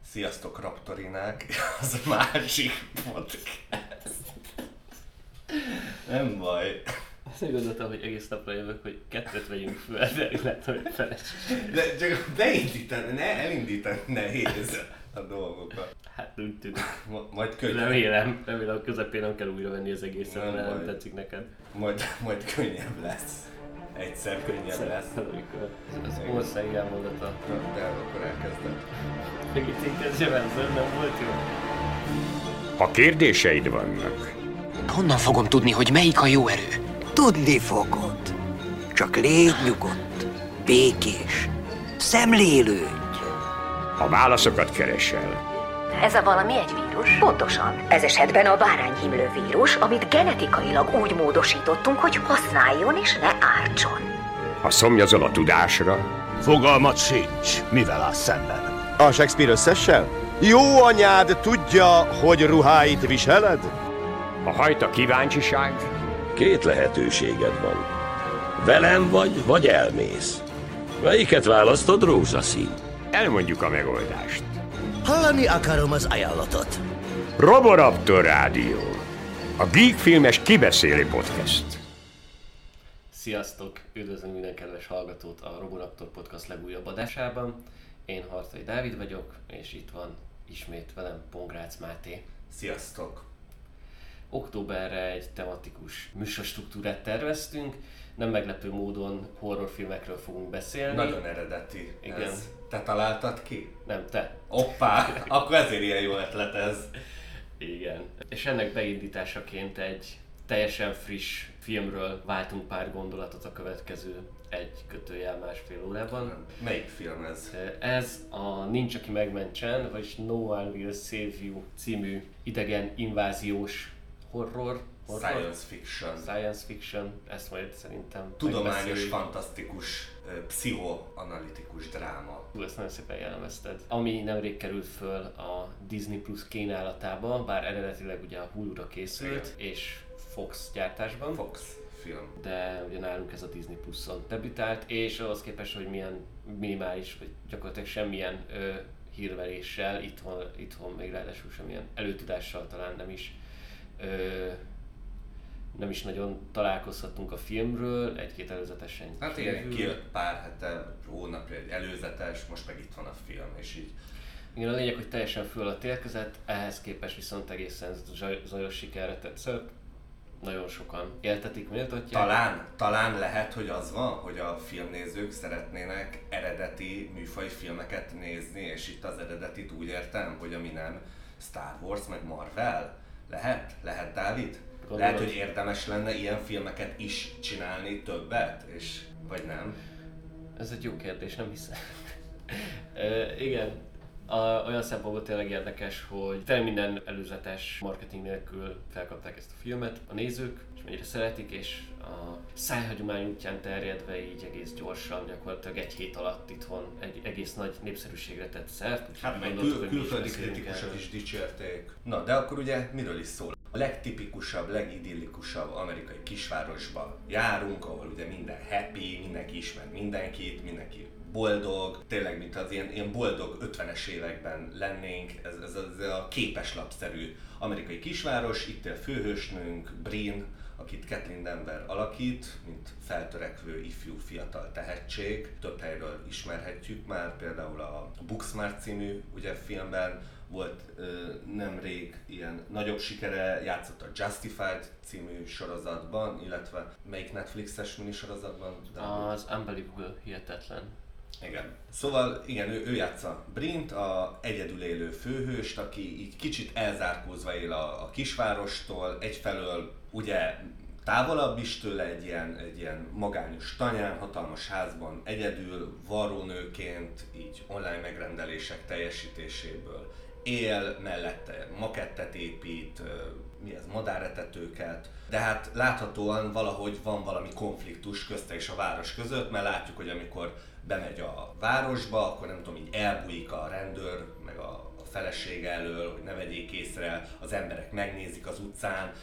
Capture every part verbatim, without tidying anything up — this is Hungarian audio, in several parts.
Sziasztok, Raptorinák! Az másik podcast. Nem baj. Azt úgy gondoltam, hogy egész napra jövök, hogy kettőt vegyünk föl, de lehet, hogy feles. De csak beindítani, ne elindítani nehéz a dolgokat. Hát úgy tűnik. Ma, majd könnyebb. Remélem, remélem a közepén nem kell újra venni az egészet, Nem mert nem baj. tetszik neked. Majd, majd könnyebb lesz. Egyszer könnyebb lesz. Amikor az országi elmondata. Na, de akkor elkezdem. Megint én kezdjem el, az nem volt jó. Ha kérdéseid vannak, Honnan fogom tudni, hogy melyik a jó erő? Tudni fogod. Csak légy nyugodt, békés, szemlélődj. ha válaszokat keresel, Ez a valami egy vírus? Pontosan. Ez esetben a bárányhimlő vírus, amit genetikailag úgy módosítottunk, hogy használjon és ne ártson. ha szomjazol a tudásra, Fogalmat sincs, mivel áll szemben. A Shakespeare összessel? Jó anyád tudja, hogy ruháit viseled? ha hajt a kíváncsiság, Két lehetőséged van. Velem vagy, vagy elmész. Melyiket választod, rózsaszín? elmondjuk a megoldást. Hallani akarom az ajánlatot. Roboraptor Rádió, a Geek Filmes kibeszélő podcast. Sziasztok! Üdvözlöm minden kedves hallgatót a Roboraptor Podcast legújabb adásában. Én Hartai Dávid vagyok, és itt van ismét velem Pongrácz Máté. Sziasztok! Októberre egy tematikus műsorstruktúrát terveztünk, nem meglepő módon horrorfilmekről fogunk beszélni. Nagyon eredeti. Igen. Ez. Te találtad ki? Nem, te. Hoppá! Akkor ezért ilyen jó ötlet ez. Igen. És ennek beindításaként egy teljesen friss filmről váltunk pár gondolatot a következő egy kötőjel másfél órában. Melyik film ez? Ez a Nincs, aki megmentsen, vagyis No One Will Save You című idegen inváziós horror. horror? Science fiction. Science fiction, ezt majd szerintem Tudományos, megbeszéljük. fantasztikus, ö, pszichoanalitikus dráma. Hú, ezt nagyon szépen jellemezted. Ami nemrég került föl a Disney Plus kínálatába, bár eredetileg ugye a Hulu-ra készült, és Fox gyártásban. Fox film. De ugye nálunk ez a Disney Plus-on debütált, és ahhoz képest, hogy milyen minimális, vagy gyakorlatilag semmilyen ö, hírveréssel, itthon, itthon még ráadásul semmilyen előtudással talán nem is ö, nem is nagyon találkozhattunk a filmről, egy-két előzetesen Hát kívül. igen, kijött pár hete, hónapja egy előzetes, most meg itt van a film, és így Igen, a lényeg, hogy teljesen föl a térkezett, ehhez képest viszont egészen zaj- zajos sikerre tetszett. Nagyon sokan éltetik, méltatják. talán, talán lehet, hogy az van, hogy a filmnézők szeretnének eredeti műfaj filmeket nézni, és itt az eredetit úgy értem, hogy ami nem Star Wars meg Marvel. Lehet? Lehet, Dávid? Gondolod? Lehet, hogy érdemes lenne ilyen filmeket is csinálni többet, és vagy nem? Ez egy jó kérdés, nem hiszem. e, igen, a, olyan szempontból tényleg érdekes, hogy tényleg minden előzetes marketing nélkül felkapták ezt a filmet a nézők, és mennyire szeretik, és a szájhagyomány útján terjedve így egész gyorsan, gyakorlatilag egy hét alatt itthon egy egész nagy népszerűségre tett szert. úgyhogy Hát meg gondoltuk, kül- hogy mi is külföldi beszélünk kritikusok erről. is dicsérték. Na, de akkor ugye miről is szól? A legtipikusabb, legidillikusabb amerikai kisvárosba járunk, ahol ugye minden happy, mindenki ismer mindenkit, mindenki boldog, tényleg mint az ilyen, ilyen boldog ötvenes években lennénk, ez, ez, ez a képeslapszerű amerikai kisváros, itt él főhősnőnk, Brin, akit Kathleen Denver alakít, mint feltörekvő ifjú fiatal tehetség. Több helyről ismerhetjük már, például a Booksmart című ugye, filmben volt ö, nemrég ilyen nagyobb sikere, játszott a Justified című sorozatban, illetve melyik Netflixes minisorozatban? De Az Unbelievable, hihetetlen. igen. Szóval igen, ő, ő játsza Brint, a egyedül élő főhőst, aki így kicsit elzárkózva él a, a kisvárostól, egyfelől ugye távolabb is tőle egy ilyen, egy ilyen magányos tanyán, hatalmas házban egyedül, varrónőként, így online megrendelések teljesítéséből él, mellette makettet épít, mi ez, madáretetőket, de hát láthatóan valahogy van valami konfliktus közte és a város között, mert látjuk, hogy amikor bemegy a városba, akkor nem tudom, így elbújik a rendőr, meg a, a felesége elől, hogy ne vegyék észre, az emberek megnézik az utcán,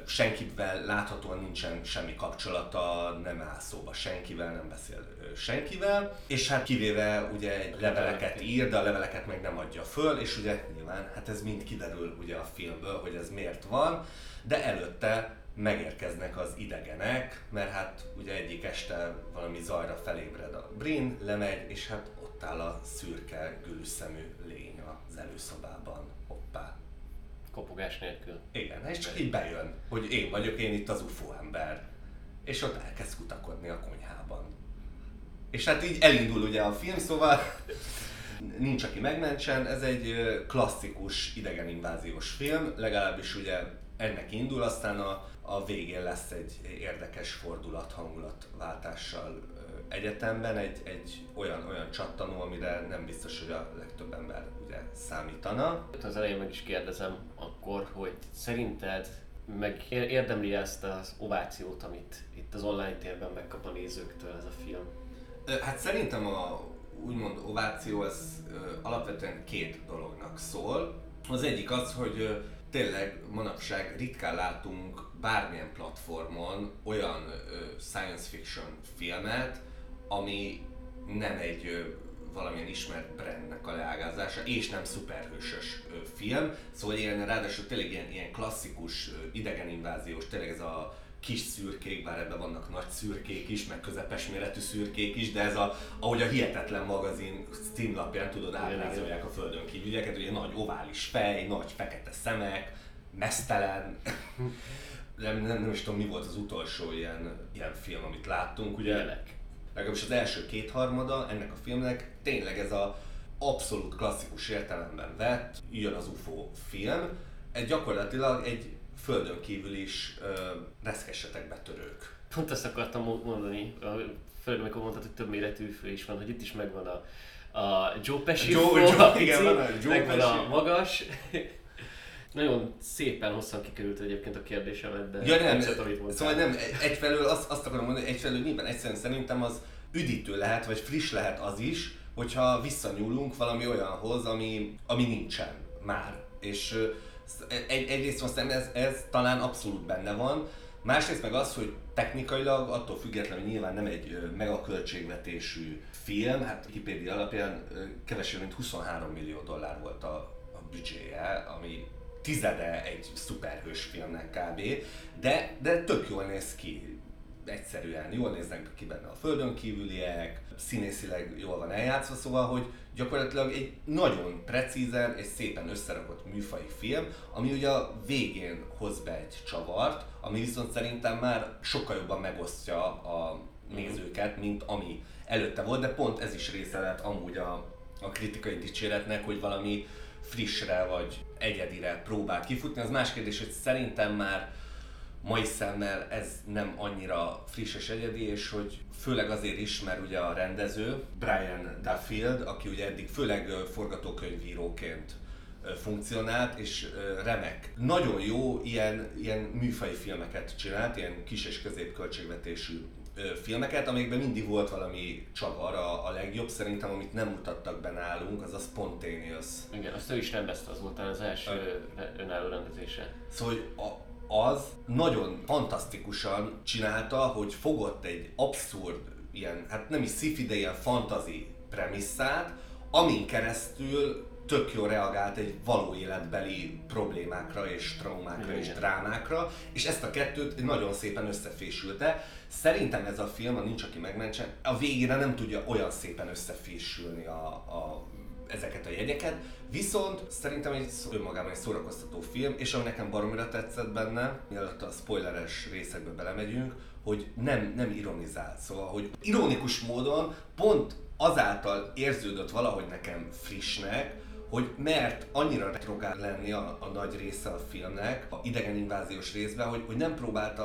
senkivel láthatóan nincsen semmi kapcsolata, nem áll szóba senkivel, nem beszél senkivel, és hát kivéve ugye egy leveleket ír, de a leveleket meg nem adja föl, és ugye nyilván hát ez mind kiderül ugye a filmből, hogy ez miért van, de előtte megérkeznek az idegenek, mert hát ugye egyik este valami zajra felébred a Brin, lemegy, és hát ott áll a szürke, gülüsszemű lény az előszobában, hoppá. Kopogás nélkül. Igen, és csak így bejön, hogy én vagyok, én itt az ufó ember. És ott elkezd kutakodni a konyhában. És hát így elindul ugye a film, szóval nincs aki megmentsen, ez egy klasszikus idegeninváziós film, legalábbis ugye ennek indul, aztán a, a végén lesz egy érdekes fordulat, hangulatváltással egyetemben, egy, egy olyan, olyan csattanó, amire nem biztos, hogy a legtöbb ember ugye számítana. Az elején meg is kérdezem akkor, hogy szerinted meg érdemli ezt az ovációt, amit itt az online térben megkap a nézőktől ez a film? Hát szerintem a úgymond ováció ez alapvetően két dolognak szól. Az egyik az, hogy tényleg manapság ritkán látunk bármilyen platformon olyan ö, science fiction filmet, ami nem egy ö, valamilyen ismert brandnek a leágazása, és nem szuperhősös ö, film. Szóval ilyen, ráadásul tényleg ilyen, ilyen klasszikus, ö, idegeninváziós, tényleg ez a kis szürkék, bár ebben vannak nagy szürkék is, meg közepes méretű szürkék is, de ez a, ahogy a Hihetetlen magazin címlapján tudod, ábrázolják a földön kívülieket, ugye nagy ovális fej, nagy fekete szemek, meztelen. nem, nem, nem is tudom, mi volt az utolsó ilyen, ilyen film, amit láttunk, ugye? Élek. Legalábbis az első kétharmada ennek a filmnek tényleg ez a abszolút klasszikus értelemben vett, jön az ufó film, egy gyakorlatilag egy földön kívül is uh, reszkessetek betörők. Pont ezt akartam mondani, főleg amikor mondtad, hogy több méretű fő is van, hogy itt is megvan a, a Joe Pesci Joe, fó, Joe, pici, igen, van a Joe megvan Pesci. a magas. Nagyon szépen hosszan kikerült egyébként a kérdésemet, de ja, nem, tetszett, amit mondtál. szóval nem, egyfelől azt, azt akarom mondani, egyfelől nyilván egyszerűen szerintem az üdítő lehet, vagy friss lehet az is, hogyha visszanyúlunk valami olyanhoz, ami, ami nincsen már. És egy, egyrészt azt ez, ez talán abszolút benne van, másrészt meg az, hogy technikailag attól függetlenül nyilván nem egy megaköltségvetésű film, hát Wikipédia alapján kevesebb mint huszonhárom millió dollár volt a, a büdzséje, ami tizede egy szuperhős filmnek kb. De, de tök jól néz ki, egyszerűen jól néznek ki benne a földön kívüliek, színészileg jól van eljátszva, szóval, hogy gyakorlatilag egy nagyon precízen és szépen összerakott műfaji film, ami ugye a végén hoz be egy csavart, ami viszont szerintem már sokkal jobban megosztja a nézőket, mint ami előtte volt, de pont ez is része lett amúgy a, a kritikai dicséretnek, hogy valami frissre vagy egyedire próbál kifutni. Az más kérdés, hogy szerintem már mai szemmel ez nem annyira friss és egyedi, és hogy főleg azért is, mert ugye a rendező, Brian Duffield, aki ugye eddig főleg forgatókönyvíróként funkcionált, és remek. Nagyon jó ilyen, ilyen műfaji filmeket csinált, ilyen kis és középköltségvetésű filmeket, amikben mindig volt valami csavar, a, a legjobb szerintem, amit nem mutattak be nálunk, az a Spontaneous. Igen, azt ő is rendezte, az volt az első önálló rendezése. Szóval, hogy a, az nagyon fantasztikusan csinálta, hogy fogott egy abszurd, ilyen, hát nem is sci-fi, de ilyen fantasy premisszát, amin keresztül tök jól reagált egy való életbeli problémákra és traumákra és drámákra, és ezt a kettőt nagyon szépen összefésülte. Szerintem ez a film, a Nincs aki megmentsen, a végére nem tudja olyan szépen összefésülni a, a, ezeket a jegyeket, viszont szerintem egy önmagában egy szórakoztató film, és ami nekem baromira tetszett benne, mielőtt a spoileres részekbe belemegyünk, hogy nem, nem ironizál, szóval, hogy ironikus módon pont azáltal érződött valahogy nekem frissnek, hogy mert annyira retrogál lenni a, a nagy része a filmnek, a idegeninváziós részben, hogy, hogy nem próbálta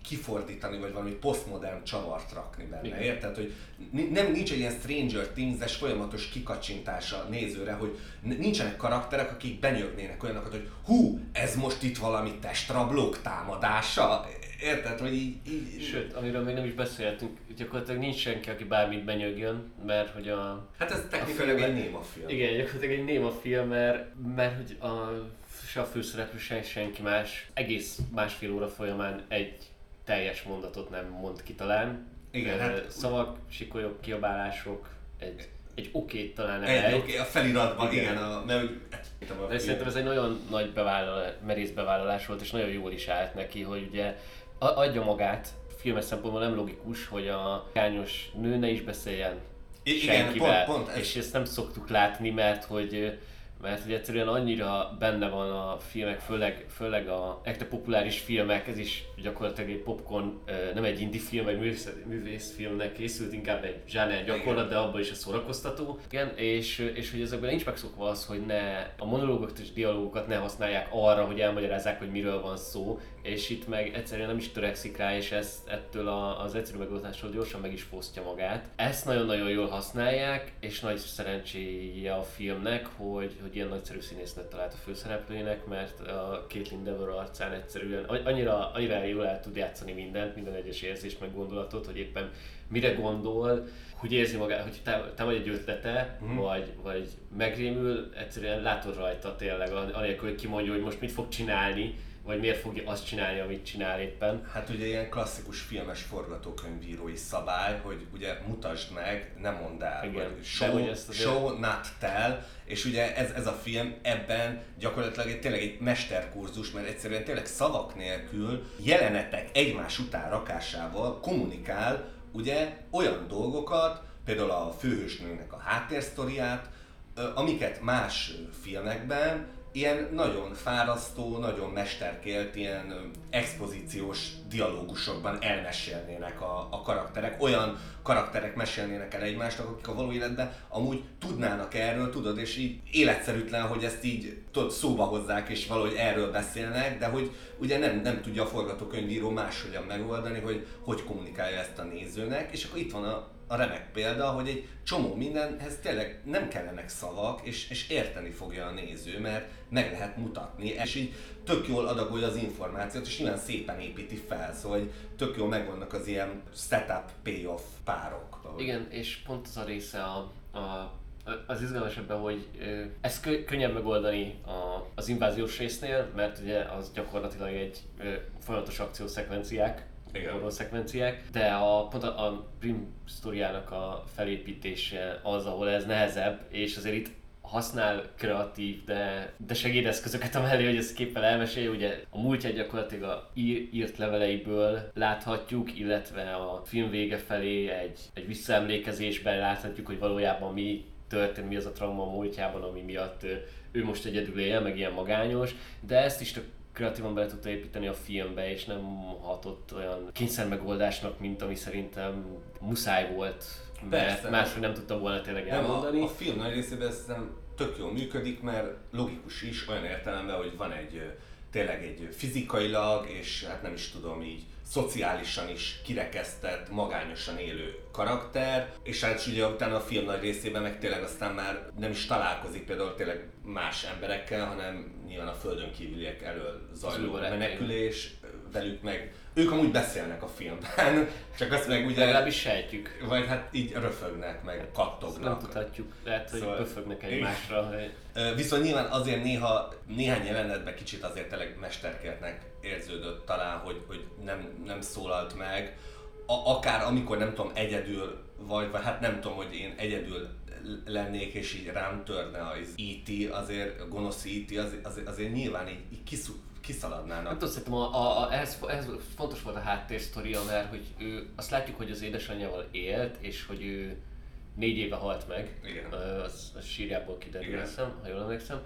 kifordítani, vagy valami posztmodern csavart rakni benne, igen. érted? Hogy nem, nincs egy ilyen Stranger Things-es folyamatos kikacsintása nézőre, hogy nincsenek karakterek, akik benyögnének olyanokat, hogy hú, ez most itt valami testrablók támadása, érted? Hogy így, így... Sőt, amiről még nem is beszéltünk, gyakorlatilag nincs senki, aki bármit benyögjön, mert hogy a... Hát ez technikailag egy néma film. Igen, gyakorlatilag egy néma film, mert, mert hogy a, se a főszereplő, se senki más egész másfél óra folyamán egy teljes mondatot nem mond ki talán. Igen, hát... Szavak, sikolyok, kiabálások, egy, egy okét talán egy egy. oké, a feliratban, igen, igen a, mert, a de szerintem ez egy nagyon nagy bevállalás, merész bevállalás volt, és nagyon jól is állt neki, hogy ugye adja magát. Filmes szempontból nem logikus, hogy a magányos nő ne is beszéljen I- senkivel, pont, pont ez... és ezt nem szoktuk látni, mert hogy mert hogy egyszerűen annyira benne van a filmek, főleg, főleg a ekte populáris filmek, ez is gyakorlatilag egy popcorn, nem egy indie film, vagy művész, művészfilmnek készült, inkább egy zsáner gyakorlat, de abban is a szórakoztató. Igen, és, és hogy ezekben nincs megszokva az, hogy ne a monológokat és dialógokat ne használják arra, hogy elmagyarázzák, hogy miről van szó, és itt meg egyszerűen nem is törekszik rá, és ezt ettől a, az egyszerű megoldásról gyorsan meg is fosztja magát. Ezt nagyon-nagyon jól használják, és nagy szerencséje a filmnek, hogy, hogy ilyen nagyszerű színésznőt talált a főszereplőjének, mert a Caitlin Dever arcán egyszerűen annyira, annyira jól el tud játszani mindent, minden egyes érzést, meg gondolatot, hogy éppen mire gondol, hogy érzi magát, hogy támad egy ötlete, mm. vagy, vagy megrémül, egyszerűen látod rajta tényleg, anélkül, hogy kimondja, hogy most mit fog csinálni, vagy miért fogja azt csinálni, amit csinál éppen. Hát ugye ilyen klasszikus filmes forgatókönyvírói szabály, hogy ugye mutasd meg, ne mondd el, igen. vagy show, azért... show not tell, és ugye ez, ez a film ebben gyakorlatilag egy, tényleg egy mesterkurzus, mert egyszerűen tényleg szavak nélkül jelenetek egymás után rakásával kommunikál ugye olyan dolgokat, például a főhősnőnek a háttérsztoriát, amiket más filmekben ilyen nagyon fárasztó, nagyon mesterkélt, ilyen expozíciós dialógusokban elmesélnének a, a karakterek. Olyan karakterek mesélnének el egymásnak, akik a való életben amúgy tudnának erről, tudod, és így életszerűtlen, hogy ezt így tudod, szóba hozzák és valahogy erről beszélnek, de hogy ugye nem, nem tudja a forgatókönyvíró máshogyan megoldani, hogy hogy kommunikálja ezt a nézőnek, és akkor itt van a a remek példa, hogy egy csomó mindenhez tényleg nem kellenek szavak, és, és érteni fogja a néző, mert meg lehet mutatni, és így tök jól adagolja az információt, és nyilván szépen építi fel, szóval hogy tök jól megvannak az ilyen setup, payoff párok. Ahogy. Igen, és pont az a része a, a az izgalmas ebben, hogy ezt kö, könnyebb megoldani a, az inváziós résznél, mert ugye az gyakorlatilag egy ö, folyamatos akciószekvenciák, horror szekvenciák, de a, pont a, a Prim sztoriának a felépítése az, ahol ez nehezebb, és azért itt használ kreatív, de, de segédeszközöket amellé, hogy ezt képpel elmesélje. Ugye a múltját gyakorlatilag a ír, írt leveleiből láthatjuk, illetve a film vége felé egy, egy visszaemlékezésben láthatjuk, hogy valójában mi történt, mi az a trauma a múltjában, ami miatt ő most egyedül él, meg ilyen magányos, de ezt is tök kreatívan bele tudta építeni a filmbe, és nem hatott olyan kényszermegoldásnak, mint ami szerintem muszáj volt, mert máshogy nem tudta volna tényleg elmondani. A, a film nagy részében szerintem tök jól működik, mert logikus is, olyan értelemben, hogy van egy tényleg egy fizikailag, és hát nem is tudom így, szociálisan is kirekesztett, magányosan élő karakter, és hát ugye utána a film nagy részében meg tényleg aztán már nem is találkozik például tényleg más emberekkel, hanem nyilván a földön kívüliek elől zajló menekülés velük meg. Ők amúgy beszélnek a filmben, csak azt meg ugye... Legalábbis sejtjük. Vagy hát így röfögnek, meg kattognak. Nem tudhatjuk, lehet, hogy szóval böfögnek egymásra. Hogy... Viszont nyilván azért néha, néhány jelenetben kicsit azért tényleg mesterkéltnek érződött talán, hogy, hogy nem, nem szólalt meg. A, akár amikor nem tudom, egyedül vagy, vagy hát nem tudom, hogy én egyedül lennék és így rám törne az é té, azért a gonosz é té, azért, azért, azért nyilván így, így kiszú, kiszaladnának. Nem tudom, szerintem a, a, a, ehhez, ehhez fontos volt a háttérsztoria, mert hogy ő, azt látjuk, hogy az édesanyjával élt, és hogy ő négy éve halt meg. Igen. Az, az sírjából kiderül, hiszem, ha jól emlékszem.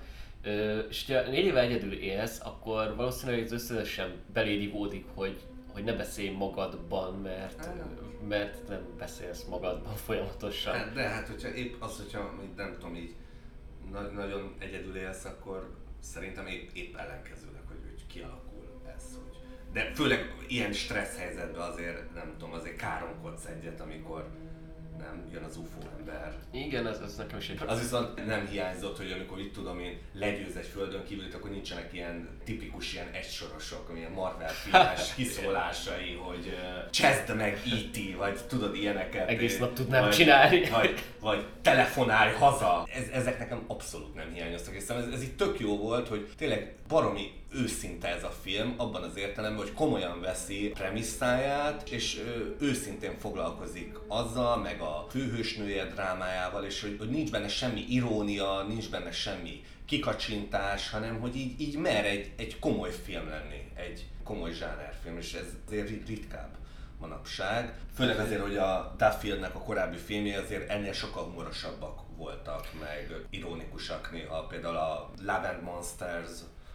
És ha négy éve egyedül élsz, akkor valószínűleg az összesen beléd ivódik, hogy, hogy ne beszélj magadban, mert, mert nem beszélsz magadban folyamatosan. De, de hát, hogyha épp az, hogyha nem tudom, így na- nagyon egyedül élsz, akkor Szerintem épp, épp ellenkezőleg, hogy, hogy kialakul ez. Hogy... De főleg ilyen stressz helyzetben azért, nem tudom, azért káromkodsz egyet, amikor nem jön az ufó ember. Igen, ez, ez nekem is egy... Az viszont nem hiányzott, hogy amikor itt tudom én legyőz egy földön kívülit, akkor nincsenek ilyen tipikus ilyen egysorosok, ilyen Marvel filmes kiszólásai, hogy uh, cseszd meg í té, vagy tudod ilyeneket. Egész nap tudnám vagy, csinálni. Vagy, vagy telefonálj haza. Ez, ezek nekem abszolút nem hiányoztak, és ez, ez itt tök jó volt, hogy tényleg baromi őszinte ez a film, abban az értelemben, hogy komolyan veszi premisszáját, és ö, őszintén foglalkozik azzal, meg a főhősnője drámájával, és hogy, hogy nincs benne semmi irónia, nincs benne semmi kikacsintás, hanem hogy így, így mer egy, egy komoly film lenni, egy komoly zsánerfilm, és ez azért ritkább manapság. Főleg azért, hogy a Duffieldnek a korábbi filmjei azért ennél sokkal humorosabbak voltak, meg ironikusak néha, például a Love and Monsters,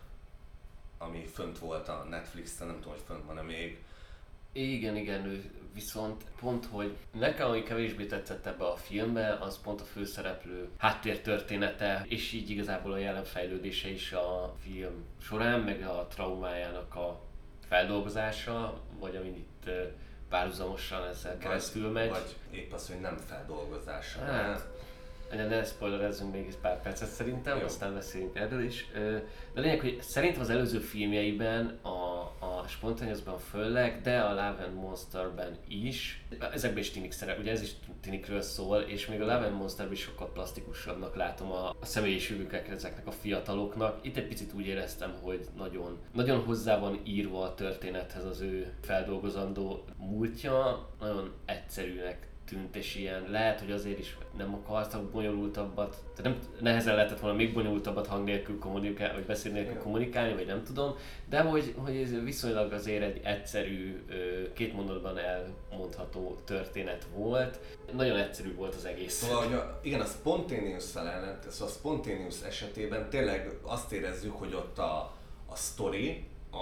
ami fönt volt a Netflixen, nem tudom, hogy fönt van-e még. Igen, igen, ő viszont pont, hogy nekem, ami kevésbé tetszett ebbe a filmbe, az pont a főszereplő háttértörténete, és így igazából a jelenfejlődése is a film során, meg a traumájának a feldolgozása, vagy amit itt párhuzamosan ezzel keresztül megy. Vagy épp az, hogy nem feldolgozása. Hát, ne spoilerezzünk még egy pár percet szerintem, jó. Aztán beszélünk erről is. De lényeg, hogy szerintem az előző filmjeiben, a, a Spontaneousban főleg, de a Love and Monsterben is, ezekben is tinik szerep, ugye ez is tinikről szól, és még a Love and Monsterben is sokkal plastikusabbnak látom a, a személyiségüket ezeknek a fiataloknak. Itt egy picit úgy éreztem, hogy nagyon, nagyon hozzá van írva a történethez az ő feldolgozandó múltja, nagyon egyszerűnek tűnt, és ilyen, lehet, hogy azért is nem akartak bonyolultabbat, tehát nem, nehezen lehetett volna még bonyolultabbat hang nélkül kommunikálni, vagy beszéd nélkül yeah. kommunikálni, vagy nem tudom, de hogy, hogy ez viszonylag azért egy egyszerű, két mondatban elmondható történet volt. Nagyon egyszerű volt az egész. Szóval, hogy a, igen, a Spontaneous-szal ellen, szóval a Spontaneous esetében tényleg azt érezzük, hogy ott a, a story, a,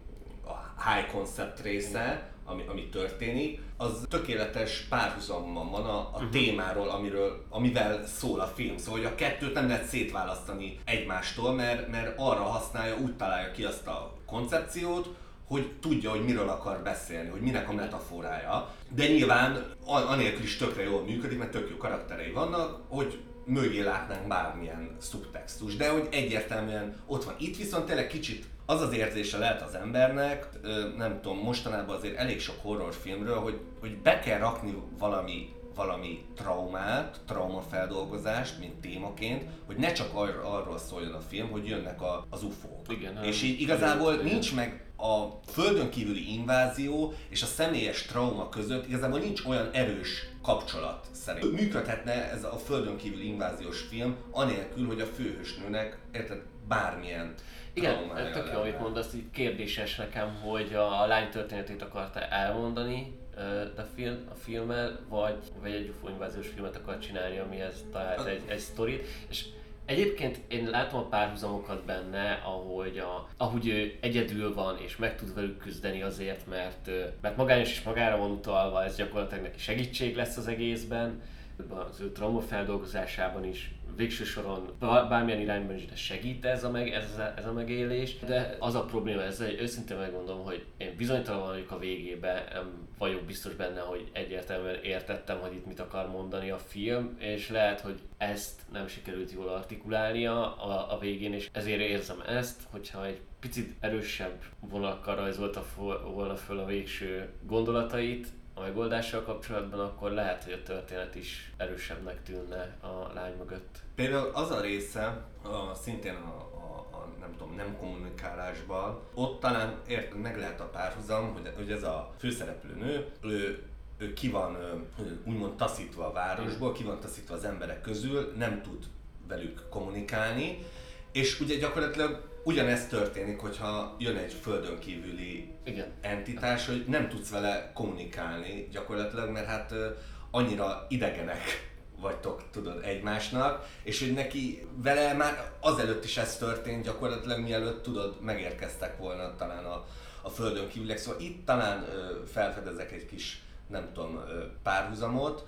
a high concept része, Ami, ami történik, az tökéletes párhuzamban van a, a uh-huh. témáról, amiről, amivel szól a film. Szóval, hogy a kettőt nem lehet szétválasztani egymástól, mert, mert arra használja, úgy találja ki azt a koncepciót, hogy tudja, hogy miről akar beszélni, hogy minek a metaforája. De nyilván anélkül is tökre jól működik, mert tök jó karakterei vannak, hogy mögé látnánk bármilyen szubtextus, de hogy egyértelműen ott van. Itt viszont tényleg kicsit az az érzése lehet az embernek, nem tudom, mostanában azért elég sok horrorfilmről, hogy, hogy be kell rakni valami, valami traumát, traumafeldolgozást, mint témaként, hogy ne csak ar- arról szóljon a film, hogy jönnek a, az ufók. Igen, és így igazából igen. nincs meg a földön kívüli invázió és a személyes trauma között igazából nincs olyan erős kapcsolat szerint. Működhetne ez a földön kívüli inváziós film, anélkül, hogy a főhősnőnek érted, bármilyen igen, tök jó, amit mondasz, így kérdéses nekem, hogy a lány történetét akarta elmondani a, film, a filmmel, vagy, vagy egy ufó inváziós filmet akar csinálni, amihez talált egy, egy sztorit. És egyébként én látom a párhuzamokat benne, ahogy, a, ahogy ő egyedül van és meg tud velük küzdeni azért, mert, mert magányos és magára van utalva, ez gyakorlatilag neki segítség lesz az egészben, az ő trauma feldolgozásában is. Végső soron bármilyen irányban is segít ez a, meg, ez, a, ez a megélés, de az a probléma ezzel, hogy őszintén megmondom, hogy én bizonytalan vagyok a végében, nem vagyok biztos benne, hogy egyértelműen értettem, hogy itt mit akar mondani a film, és lehet, hogy ezt nem sikerült jól artikulálnia a, a végén, és ezért érzem ezt, hogyha egy picit erősebb vonalakkal rajzolta volna föl a végső gondolatait a megoldással kapcsolatban, akkor lehet, hogy a történet is erősebbnek tűnne a lány mögött. Például az a része, a, szintén a, a, a nem tudom, nem kommunikálásban, ott talán ért, meg lehet a párhuzam, hogy, hogy ez a főszereplő nő, ő, ő ki van úgymond taszítva a városból, ki van taszítva az emberek közül, nem tud velük kommunikálni, és ugye gyakorlatilag ugyanezt történik, hogyha jön egy földön kívüli igen. entitás, hogy nem tudsz vele kommunikálni gyakorlatilag, mert hát annyira idegenek vagytok, tudod, egymásnak, és hogy neki vele már azelőtt is ez történt gyakorlatilag, mielőtt tudod, megérkeztek volna talán a, a földön kívüliek, szóval itt talán ö, felfedezek egy kis, nem tudom, ö, párhuzamot,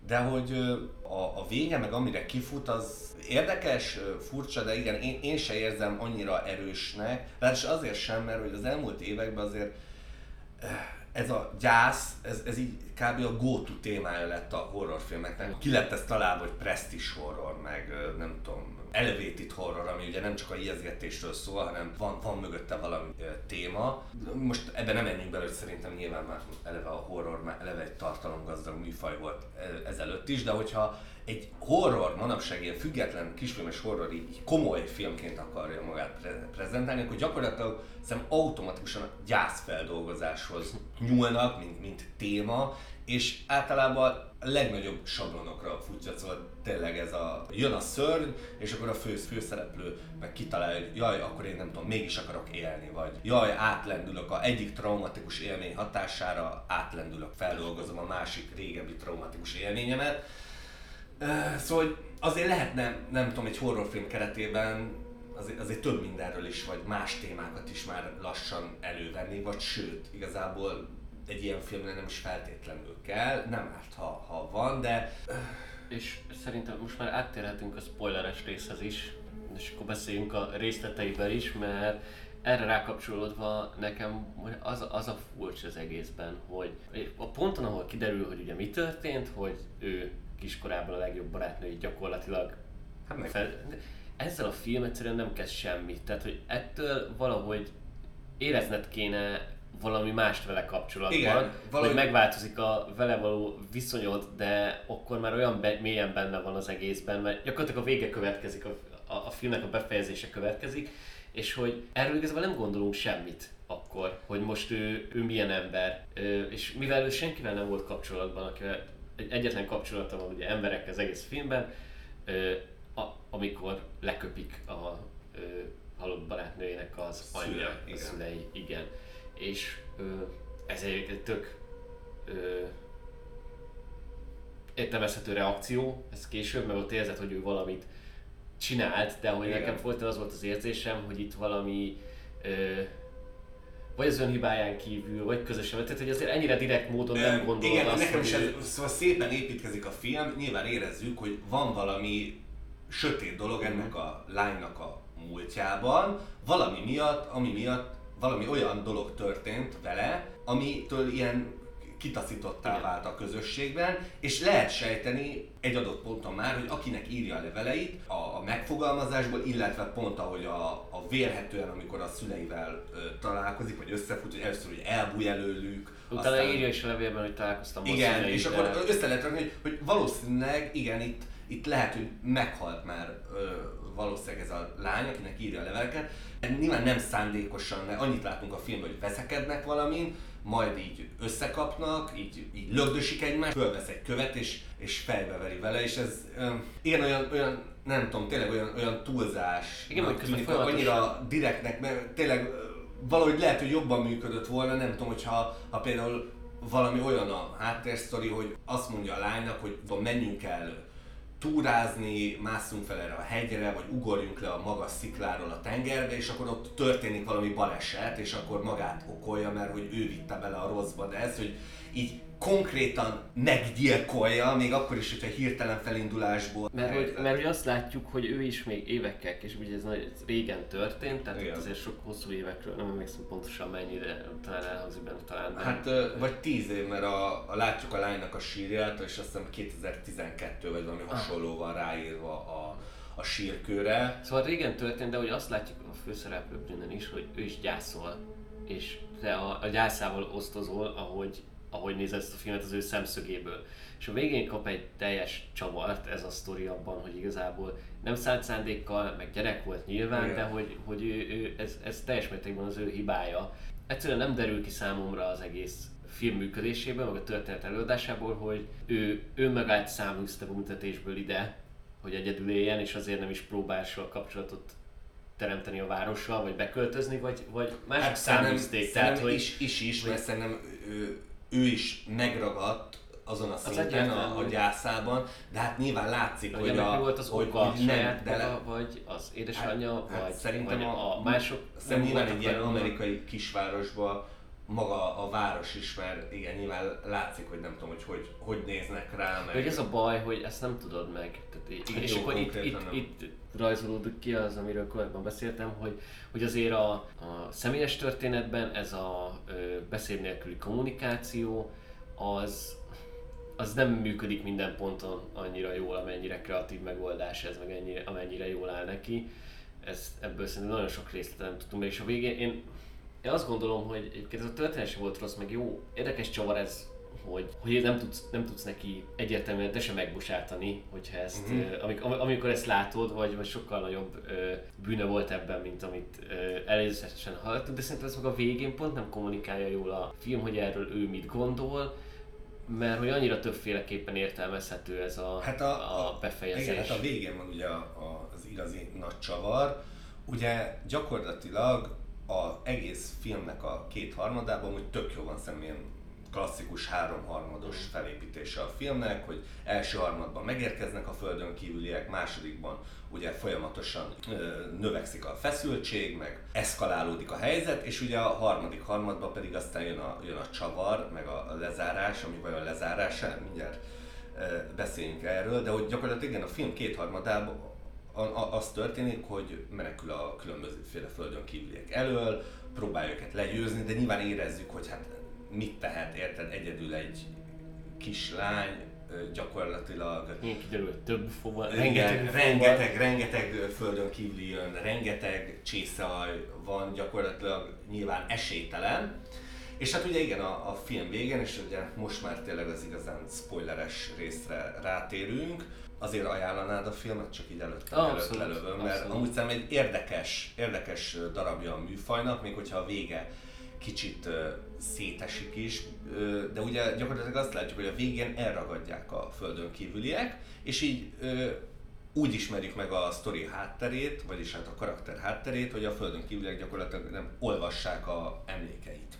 de hogy a, a vége, meg amire kifut, az érdekes, furcsa, de igen, én, én se érzem annyira erősnek. Ráadásul azért sem, mert hogy az elmúlt években azért ez a gyász, ez, ez így kb. A go-to témája lett a horrorfilmeknek. Ki lett ez találva, hogy presztis horror, meg nem tudom, elevated horror, ami ugye nem csak a ijesztgetésről szól, hanem van, van mögötte valami e, téma. Most ebben nem menjünk bele, hogy szerintem nyilván már eleve a horror, már eleve egy tartalomgazdag műfaj volt ezelőtt is, de hogyha egy horror manapság ilyen független kisfilmes horror így komoly filmként akarja magát pre- prezentálni, akkor gyakorlatilag szerintem automatikusan a gyászfeldolgozáshoz nyúlnak, mint, mint téma, és általában a legnagyobb sablonokra futja, szóval tényleg ez a jön a szörny, és akkor a fő, főszereplő meg kitalálja, hogy jaj, akkor én nem tudom, mégis akarok élni, vagy jaj, átlendülök a egyik traumatikus élmény hatására, átlendülök, feldolgozom a másik régebbi traumatikus élményemet. Szóval azért lehetne, nem tudom, egy horrorfilm keretében azért, azért több mindenről is, vagy más témákat is már lassan elővenni, vagy sőt, igazából egy ilyen filmre nem is feltétlenül kell, nem árt, ha, ha van, de... És szerintem most már áttérhetünk a spoileres részhez is, és akkor beszéljünk a részleteiben is, mert erre rákapcsolódva nekem az, az a furcsa az egészben, hogy a ponton, ahol kiderül, hogy ugye mi történt, hogy ő kiskorában a legjobb barátnői gyakorlatilag hát fel, ezzel a film egyszerűen nem kezd semmit, tehát hogy ettől valahogy érezned kéne valami mást vele kapcsolatban, igen, valahogy... hogy megváltozik a vele való viszonyod, de akkor már olyan be, mélyen benne van az egészben, mert gyakorlatilag a vége következik, a, a, a filmnek a befejezése következik, és hogy erről igazából nem gondolunk semmit akkor, hogy most ő, ő milyen ember, és mivel ő senkivel nem volt kapcsolatban, akivel egyetlen kapcsolata van ugye emberekkel az egész filmben, a, amikor leköpik a, a halott barátnőjének az anyja, a szülei, igen. És ö, ez egy tök ö, értelmezhető reakció, ez később, mert ott érzed, hogy ő valamit csinált, de hogy igen. Nekem folyton az volt az érzésem, hogy itt valami ö, vagy az önhibáján kívül, vagy közösen, tehát hogy azért ennyire direkt módon nem gondolod igen, azt, nekem is ez, ő... szóval szépen építkezik a film, nyilván érezzük, hogy van valami sötét dolog ennek a lánynak a múltjában, valami miatt, ami miatt valami olyan dolog történt vele, amitől ilyen kitaszítottá vált a közösségben, és lehet sejteni egy adott ponton már, hogy akinek írja a leveleit a, a megfogalmazásból, illetve pont ahogy a, a vélhetően, amikor a szüleivel ö, találkozik, vagy összefut, hogy először hogy elbúj előlük. Utána aztán... írja is a levélben, hogy találkoztam igen, a szüleivel. És akkor össze lehet rakni, hogy, hogy valószínűleg igen, itt, itt lehet, hogy meghalt már ö, valószínűleg ez a lány, akinek írja a leveleket. Nyilván nem szándékosan, mert annyit látunk a filmben, hogy veszekednek valamin, majd így összekapnak, így, így lögdösik egymást, fölvesz egy követ és, és fejbeveri vele, és ez um, ilyen olyan, olyan, nem tudom, tényleg olyan, olyan túlzás, igen, tűnik, annyira direktnek, mert tényleg valahogy lehet, hogy jobban működött volna, nem tudom, hogyha ha például valami olyan a háttérsztori, hogy azt mondja a lánynak, hogy menjünk el túrázni, másszunk fel erre a hegyre, vagy ugorjunk le a magas szikláról a tengerbe, és akkor ott történik valami baleset, és akkor magát okolja, mert hogy ő vitte bele a rosszba, de ez, hogy így konkrétan meggyilkolja, még akkor is, hogyha hirtelen felindulásból. Mert hogy, mert hogy azt látjuk, hogy ő is még évekkel később, ugye ez nagy, régen történt, tehát igen. Azért sok hosszú évekről, nem emlékszem pontosan mennyire, talán elhangzik benne, talán nem. Hát vagy tíz év, mert a, a, látjuk a lánynak a sírját, és azt hiszem kétezer-tizenkettő vagy valami hasonló van ráírva a, a sírkőre. Szóval régen történt, de hogy azt látjuk a főszereplő Brennan is, hogy ő is gyászol, és te a, a gyászával osztozol, ahogy ahogy nézed ezt a filmet az ő szemszögéből. És a végén kap egy teljes csavart ez a sztori abban, hogy igazából nem szállt szándékkal, meg gyerek volt nyilván, igen. De hogy, hogy ő, ő, ez, ez teljes mértékben az ő hibája. Egyszerűen nem derül ki számomra az egész film működéséből, meg a történet előadásából, hogy ő önmagát száműzte büntetésből ide, hogy egyedül éljen, és azért nem is próbál soha kapcsolatot teremteni a várossal, vagy beköltözni, vagy, vagy mások hát száműzték. Tehát, hogy is, is, is mert szerintem ő, ő is megragadt azon a szinten, a, a gyászában, de hát nyilván látszik, hogy, hogy a... volt az hogy, oka, hogy saját nem, de vagy az édesanyja, hát, vagy, hát szerintem vagy a, a mások... Szerintem nyilván egy ilyen amerikai kisvárosban maga a város is, mert igen, nyilván látszik, hogy nem tudom, hogy hogy, hogy néznek rá, meg... Hogy ez a baj, hogy ezt nem tudod meg. Tehát, igen, és akkor itt, itt, itt rajzolódik ki az, amiről korábban beszéltem, hogy, hogy azért a, a személyes történetben ez a ö, beszéd nélküli kommunikáció, az, az nem működik minden ponton annyira jól, amennyire kreatív megoldás ez, meg ennyire, amennyire jól áll neki. Ez, ebből szerintem nagyon sok részletet nem tudtunk meg, és a végén én, én azt gondolom, hogy egyébként ez a történet sem volt rossz, meg jó, érdekes csavar ez, hogy, hogy nem, tudsz, nem tudsz neki egyértelműen te sem megbosátani, hogyha ezt, mm-hmm. uh, amik, amikor ezt látod, vagy, vagy sokkal nagyobb uh, bűne volt ebben, mint amit uh, előzetesen hallottunk, de szerintem ez meg a végén pont nem kommunikálja jól a film, hogy erről ő mit gondol, mert hogy annyira többféleképpen értelmezhető ez a, hát a, a befejezés. Igen, hát a végén van ugye a, a, az igazi nagy csavar. Ugye gyakorlatilag az egész filmnek a kétharmadában, hogy tök jó van személyen klasszikus háromharmados felépítése a filmnek, hogy első harmadban megérkeznek a földön kívüliek, másodikban ugye folyamatosan ö, növekszik a feszültség, meg eszkalálódik a helyzet, és ugye a harmadik harmadban pedig aztán jön a, jön a csavar, meg a, a lezárás, ami vajon lezárása, mindjárt ö, beszéljünk erről, de hogy gyakorlatilag igen, a film kétharmadában az történik, hogy menekül a különbözőféle földön kívüliek elől, próbálja őket legyőzni, de nyilván érezzük, hogy hát mit tehet, érted, egyedül egy kislány, gyakorlatilag... Ilyen kiderül, hogy több fóval, rengeteg, rengeteg, rengeteg földön kívüli jön, rengeteg csészaj van, gyakorlatilag nyilván esélytelen. És hát ugye igen, a, a film végén, és ugye most már tényleg az igazán spoileres részre rátérünk, azért ajánlanád a filmet, csak így előtte oh, előtt lelövöm, mert abszolút. Amúgy szerintem egy érdekes, érdekes darabja a műfajnak, még hogyha a vége kicsit uh, szétesik is, uh, de ugye gyakorlatilag azt látjuk, hogy a végén elragadják a földön kívüliek, és így uh, úgy ismerjük meg a sztori hátterét, vagyis hát a karakter hátterét, hogy a földön kívüliek gyakorlatilag nem olvassák a emlékeit.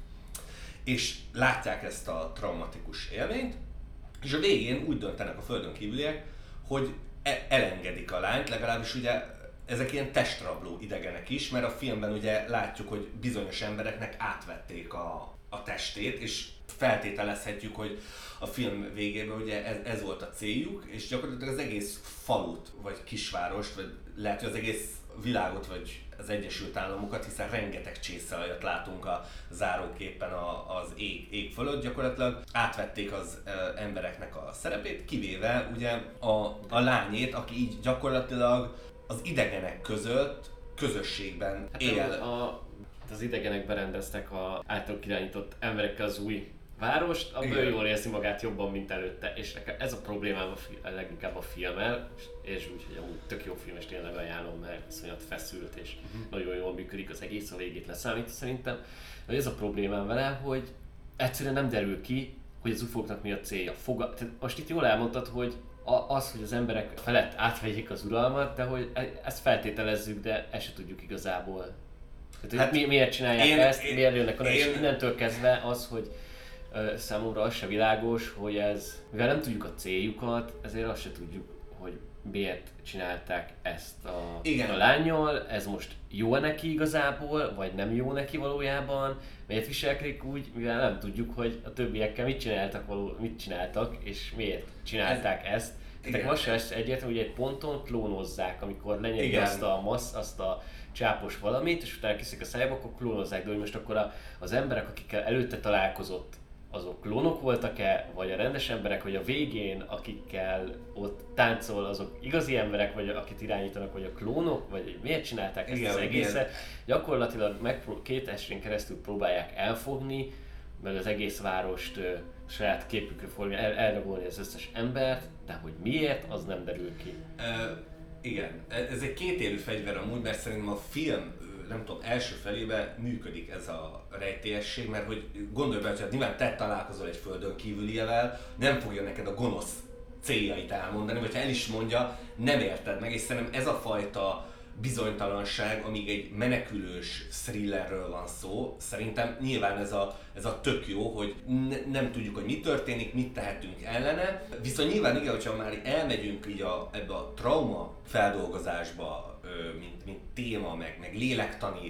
És látják ezt a traumatikus élményt, és a végén úgy döntenek a földön kívüliek, hogy elengedik a lányt, legalábbis ugye ezek ilyen testrabló idegenek is, mert a filmben ugye látjuk, hogy bizonyos embereknek átvették a, a testét, és feltételezhetjük, hogy a film végében ugye ez, ez volt a céljuk, és gyakorlatilag az egész falut, vagy kisvárost, vagy lehet, hogy az egész világot, vagy az Egyesült Államokat, hiszen rengeteg csészalajat látunk a záróképen a, az ég, ég fölött, gyakorlatilag átvették az e, embereknek a szerepét, kivéve ugye a, a lányét, aki így gyakorlatilag az idegenek között közösségben hát él. A, az idegenek berendeztek a általuk irányított emberekkel az új várost, abból ő jól érzi magát jobban, mint előtte, és nekem ez a problémám a, fi- a leginkább a filmmel, és úgy, hogy amúgy tök jó film, és tényleg ajánlom, mert iszonyat feszült, és uh-huh. nagyon jól működik az egész, a végét leszámít szerintem. De ez a problémám vele, hogy egyszerűen nem derül ki, hogy az ufóknak mi a célja. Foga- Tehát most itt jól elmondtad, hogy az, hogy az emberek felett átvegyék az uralmat, de hogy ezt feltételezzük, de ezt se tudjuk igazából. Tehát, hát mi, miért csinálják én, ezt, én, miért jönnek oda, és innentől kezdve az, hogy uh, számomra az se világos, hogy ez, mivel nem tudjuk a céljukat, ezért azt se tudjuk, hogy miért csinálták ezt a, a lánnyal, ez most jó neki igazából, vagy nem jó neki valójában, miért viselkedik úgy, mivel nem tudjuk, hogy a többiekkel mit csináltak, való, mit csináltak, és miért csinálták ez, ezt. Tehát most se egyértelmű, hogy egy ponton klónozzák, amikor lenyomja azt a massz, azt a csápos valamit, és utána kiszik a szájába, akkor klónozzák, de hogy most akkor a, az emberek, akikkel előtte találkozott, azok klónok voltak-e, vagy a rendes emberek, vagy a végén, akikkel ott táncol, azok igazi emberek, vagy akit irányítanak, vagy a klónok, vagy miért csinálták ezt igen, az egészet. Igen. Gyakorlatilag megpró- két esén keresztül próbálják elfogni, meg az egész várost ö, saját képükre fogni, el, elrabolni az összes embert, de hogy miért, az nem derül ki. Uh, igen, ez egy kétélű fegyver amúgy, mert szerintem a film nem tudom, első felében működik ez a rejtélyesség, mert hogy gondolj be, hogy nyilván te találkozol egy földön kívülievel, nem fogja neked a gonosz céljait elmondani, vagy ha el is mondja, nem érted meg, és szerintem ez a fajta bizonytalanság, amíg egy menekülős thrillerről van szó, szerintem nyilván ez a, ez a tök jó, hogy ne, nem tudjuk, hogy mi történik, mit tehetünk ellene, viszont nyilván igen, hogyha már elmegyünk így a, ebbe a trauma feldolgozásba, mint, mint téma, meg, meg lélektani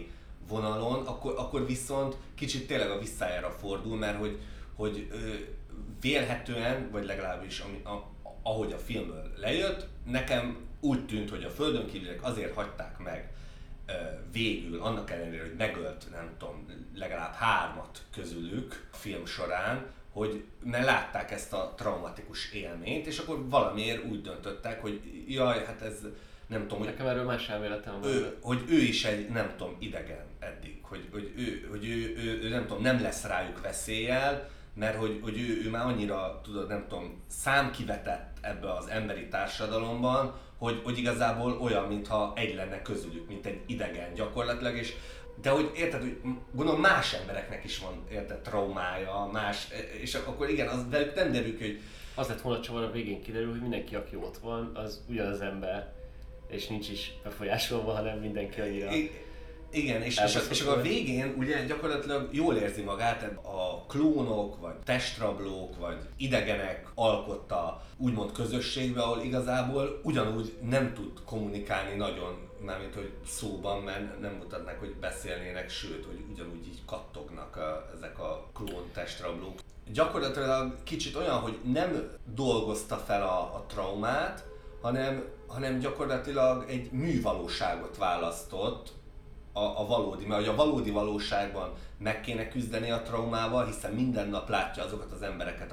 vonalon, akkor, akkor viszont kicsit tényleg a visszájára fordul, mert hogy, hogy ö, vélhetően, vagy legalábbis ami, a, ahogy a filmből lejött, nekem úgy tűnt, hogy a földön kívüliek azért hagyták meg ö, végül, annak ellenére, hogy megölt, nem tudom, legalább hármat közülük a film során, hogy mert látták ezt a traumatikus élményt, és akkor valamiért úgy döntöttek, hogy jaj, hát ez nem tudom, hogy... Nekem erről más elméletem van. Ő, hogy ő is egy, nem tudom, idegen eddig, hogy, hogy, ő, hogy ő, ő, ő, nem tudom, nem lesz rájuk veszéllyel, mert hogy, hogy ő, ő már annyira, tudod, nem tudom, számkivetett ebbe az emberi társadalomban, hogy, hogy igazából olyan, mintha egy lenne közülük, mint egy idegen gyakorlatilag, és de hogy érted, hogy gondolom más embereknek is van, érted, traumája, más, és akkor igen, az velük nem derül ki, hogy... Az lett volna csavar, a végén kiderül, hogy mindenki, aki ott van, az ugyanaz ember, és nincs is befolyásolva, hanem mindenki annyira... I- igen, és, és, és akkor a végén ugye gyakorlatilag jól érzi magát, a klónok, vagy testrablók, vagy idegenek alkotta úgymond közösségbe, ahol igazából ugyanúgy nem tud kommunikálni nagyon, mármint hogy szóban, mert nem mutatnak, hogy beszélnének, sőt, hogy ugyanúgy így kattognak a, ezek a klón testrablók. Gyakorlatilag kicsit olyan, hogy nem dolgozta fel a, a traumát, hanem, hanem gyakorlatilag egy művalóságot választott, A, a valódi, mert a valódi valóságban meg kéne küzdeni a traumával, hiszen minden nap látja azokat az embereket,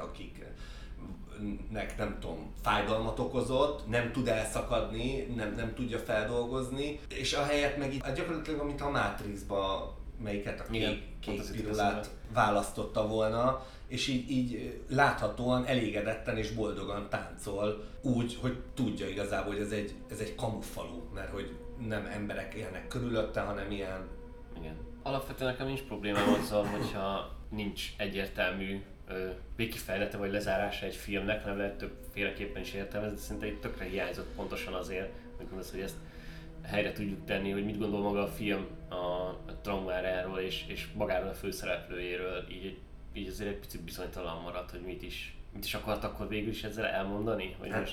akiknek nem tudom, fájdalmat okozott, nem tud elszakadni, nem, nem tudja feldolgozni, és ahelyett meg itt gyakorlatilag, amit a Matrixba, melyiket a kék, kék pirulát választotta volna, és így, így láthatóan elégedetten és boldogan táncol úgy, hogy tudja igazából, hogy ez egy, ez egy kamufalu, mert hogy nem emberek élnek körülötte, hanem ilyen... Igen. Alapvetően nekem nincs problémám azzal, hogyha nincs egyértelmű végkifejlete vagy lezárása egy filmnek, nem lehet többféleképpen is értelmezni, de szerintem itt tökre hiányzott pontosan azért, hogy mondasz, hogy ezt helyre tudjuk tenni, hogy mit gondol maga a film a, a traumájáról és, és magáról a főszereplőjéről, így, így azért egy picit bizonytalan maradt, hogy mit is, mit is akart akkor végül is ezzel elmondani, hogy hát, most...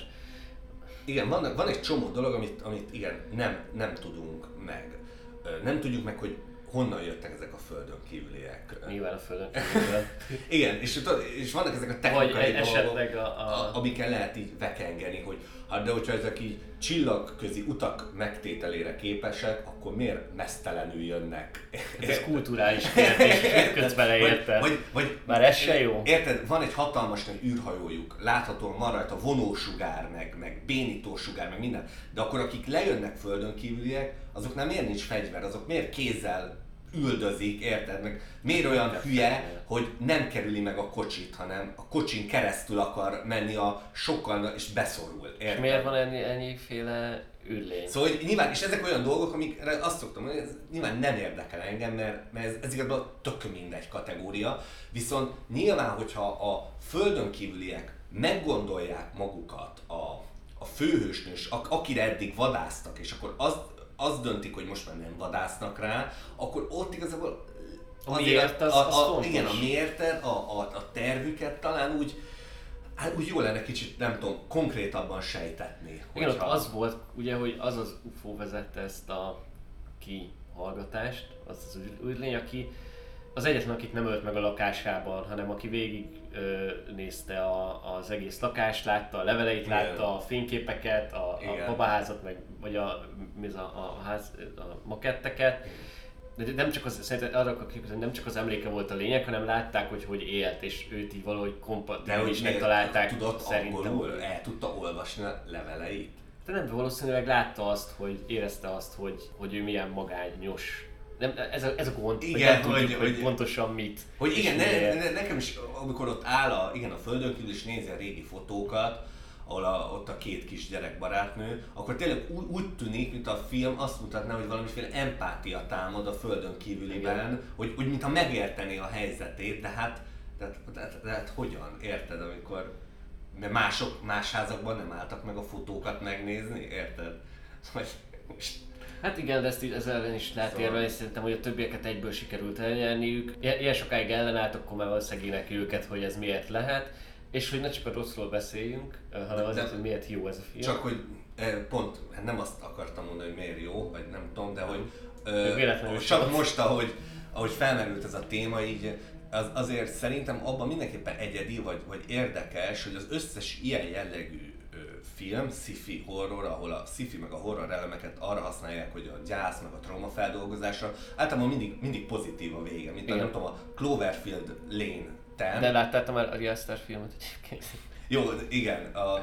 Igen, van, van egy csomó dolog, amit, amit igen, nem, nem tudunk meg. Nem tudjuk meg, hogy honnan jöttek ezek a földön kívüliek. Nyilván a földön kívüliek. Igen, és, és vannak ezek a technikai dolgok, a, a... amikkel lehet így vekengeni, hogy hát de hogyha ezek így csillagközi utak megtételére képesek, akkor miért mesztelenül jönnek? Ez kulturális kérdés, mit kötsz bele, érted? Vagy, vagy, Már ez se jó. Érted, van egy hatalmas nagy űrhajójuk, láthatóan van rajta vonósugár, meg, meg bénítósugár, meg minden, de akkor akik lejönnek földön kívüliek, azoknál miért nincs fegyver, azok miért kézzel üldözik, érted? Meg miért olyan hülye, hogy nem kerüli meg a kocsit, hanem a kocsin keresztül akar menni a sokkal és beszorul, érted? És miért van ennyi, ennyiféle űrlény? Szóval hogy nyilván, és ezek olyan dolgok, amikre azt szoktam mondani, ez nyilván nem érdekel engem, mert, mert ez, ez igazából tök mindegy kategória, viszont nyilván, hogyha a földön kívüliek meggondolják magukat a, a főhősnős, akire eddig vadásztak, és akkor azt azt döntik, hogy most már nem vadásznak rá, akkor ott igazából a miért az, a, az a, fontos. igen, a miérted, a, a, a tervüket talán úgy, hát úgy jó lenne kicsit, nem tudom, konkrétabban sejtetni. Igen, ott az volt, ugye, hogy az az u f o vezette ezt a kihallgatást, az az űrlény, aki az egyetlen, akit nem ölt meg a lakásában, hanem aki végig ö, nézte a, az egész lakást, látta a leveleit, igen. Látta a fényképeket, a, a babaházat, meg, vagy a, mi az a, a, ház, a maketteket. De nem csak az, szerintem arra hogy nem csak az emléke volt a lényeg, hanem látták, hogy hogy élt, és őt így valahogy kompatibilisnek találták. Tudott szerintem. Angolul, el tudta olvasni a leveleit? De nem, valószínűleg látta azt, hogy érezte azt, hogy, hogy ő milyen magányos. Nem, ez, a, ez a gond, igen, hogy, tudjuk, hogy, hogy pontosan mit. Hogy igen, ne, ne, nekem is, amikor ott áll a, igen, a földön kívül és nézi a régi fotókat, ahol a, ott a két kis gyerek barátnő, akkor tényleg úgy, úgy tűnik, mint a film azt mutatná, hogy valamiféle empátia támad a földön kívüliben, hogy, hogy mintha megértené a helyzetét, de hát, de, de, de, de hát hogyan, érted, amikor mert mások, más házakban nem álltak meg a fotókat megnézni, érted? Vagy most... Hát igen, de ezt így, ezzel ellen is lehet érvelni, és szerintem, hogy a többieket egyből sikerült elnyerniük. Ilyen sokáig ellenállt, akkor már valószínűleg őket, hogy ez miért lehet. És hogy ne csak a rosszról beszéljünk, hanem azért, hogy miért jó ez a film. Csak hogy pont nem azt akartam mondani, hogy miért jó, vagy nem tudom, de hogy Ö, csak most, ahogy, ahogy felmerült ez a téma, így az, azért szerintem abban mindenképpen egyedi, vagy, vagy érdekes, hogy az összes ilyen jellegű ö, film, sci-fi horror, ahol a sci-fi meg a horror elemeket arra használják, hogy a gyász meg a traumafeldolgozásra, általában mindig, mindig pozitív a vége, mint a, nem tudom, a Cloverfield Lane ten. De láttál te már a Riasztás filmet egyébként? Jó, igen. A,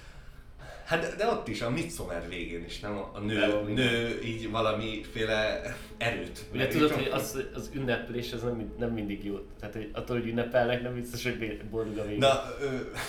hát de ott is, a Midsommar végén is, nem? A nő, de, nő így valamiféle erőt. Ugye tudod, hogy az, az ünneplés az nem, nem mindig jó. Tehát hogy attól, hogy ünnepelnek, nem biztos, hogy boldog a végén. Na, ö,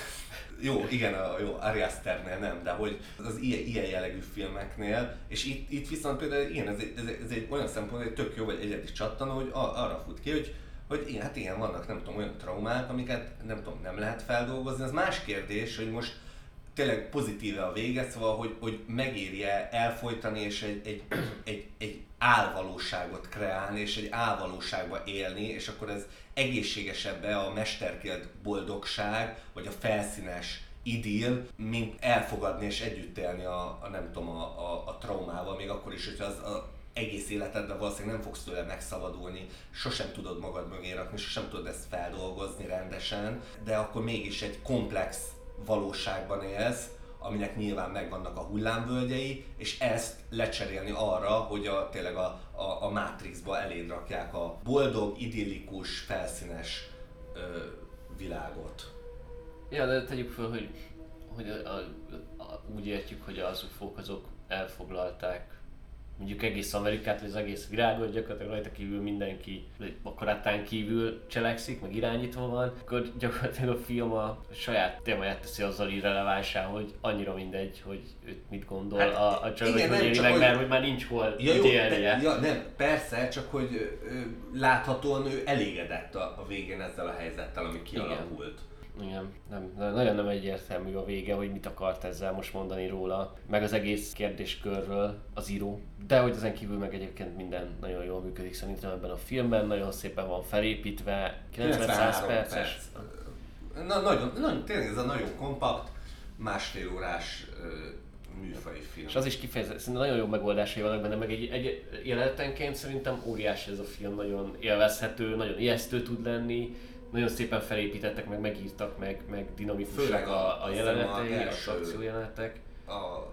jó, igen, a, jó, Ari Asternél nem, de hogy az ilyen, ilyen jellegű filmeknél, és itt, itt viszont például igen, ez, ez, ez egy olyan szempont, hogy tök jó, vagy egyedi csattanó, hogy arra fut ki, hogy hogy ilyen, hát ilyen vannak, nem tudom, olyan traumák, amiket nem tudom, nem lehet feldolgozni. Ez más kérdés, hogy most tényleg pozitíve a vége, szóval, hogy, hogy megérje elfojtani és egy, egy, egy, egy álvalóságot kreálni, és egy álvalóságba élni, és akkor ez egészségesebbe a mesterkélt boldogság, vagy a felszínes idill, mint elfogadni és együtt élni a, a nem tudom, a, a, a traumával, még akkor is, hogyha az a egész életedben valószínűleg nem fogsz tőle megszabadulni, sosem tudod magad mögé rakni, sosem tudod ezt feldolgozni rendesen, de akkor mégis egy komplex valóságban élsz, aminek nyilván megvannak a hullámvölgyei, és ezt lecserélni arra, hogy a, tényleg a, a, a Matrixba eléd rakják a boldog, idillikus, felszínes ö, világot. Ja, de tegyük föl, hogy, hogy a, a, a, úgy értjük, hogy az ufók azok elfoglalták mondjuk egész Amerikát, vagy az egész világot, gyakorlatilag rajta kívül mindenki, a karatán kívül cselekszik, meg irányítva van, akkor gyakorlatilag a film a saját témáját teszi azzal irrelevánsá, hogy annyira mindegy, hogy őt mit gondol hát, a, a csajok, hogy éli meg, hogy... mert hogy már nincs hol ja, jó, élnie. Ja, nem, persze, csak hogy ö, láthatóan ő elégedett a, a végén ezzel a helyzettel, ami kialakult. Igen. Igen, nem, nagyon nem egyértelmű a vége, hogy mit akart ezzel most mondani róla, meg az egész kérdéskörről az író. De hogy ezen kívül meg egyébként minden nagyon jól működik szerintem ebben a filmben, nagyon szépen van felépítve, kilencven-száz perces. Perc. Na, nagyon, nagyon, tényleg ez a nagyon kompakt, másfél órás uh, műfai film. És az is kifejezetten, szerintem nagyon jó megoldásai vannak benne, meg egy, egy jelenetenként szerintem óriási ez a film, nagyon élvezhető, nagyon ijesztő tud lenni. Nagyon szépen felépítettek, meg megírtak, meg, meg dinamikusak a, a jelenetei, a, az akciójelenetek. A, a,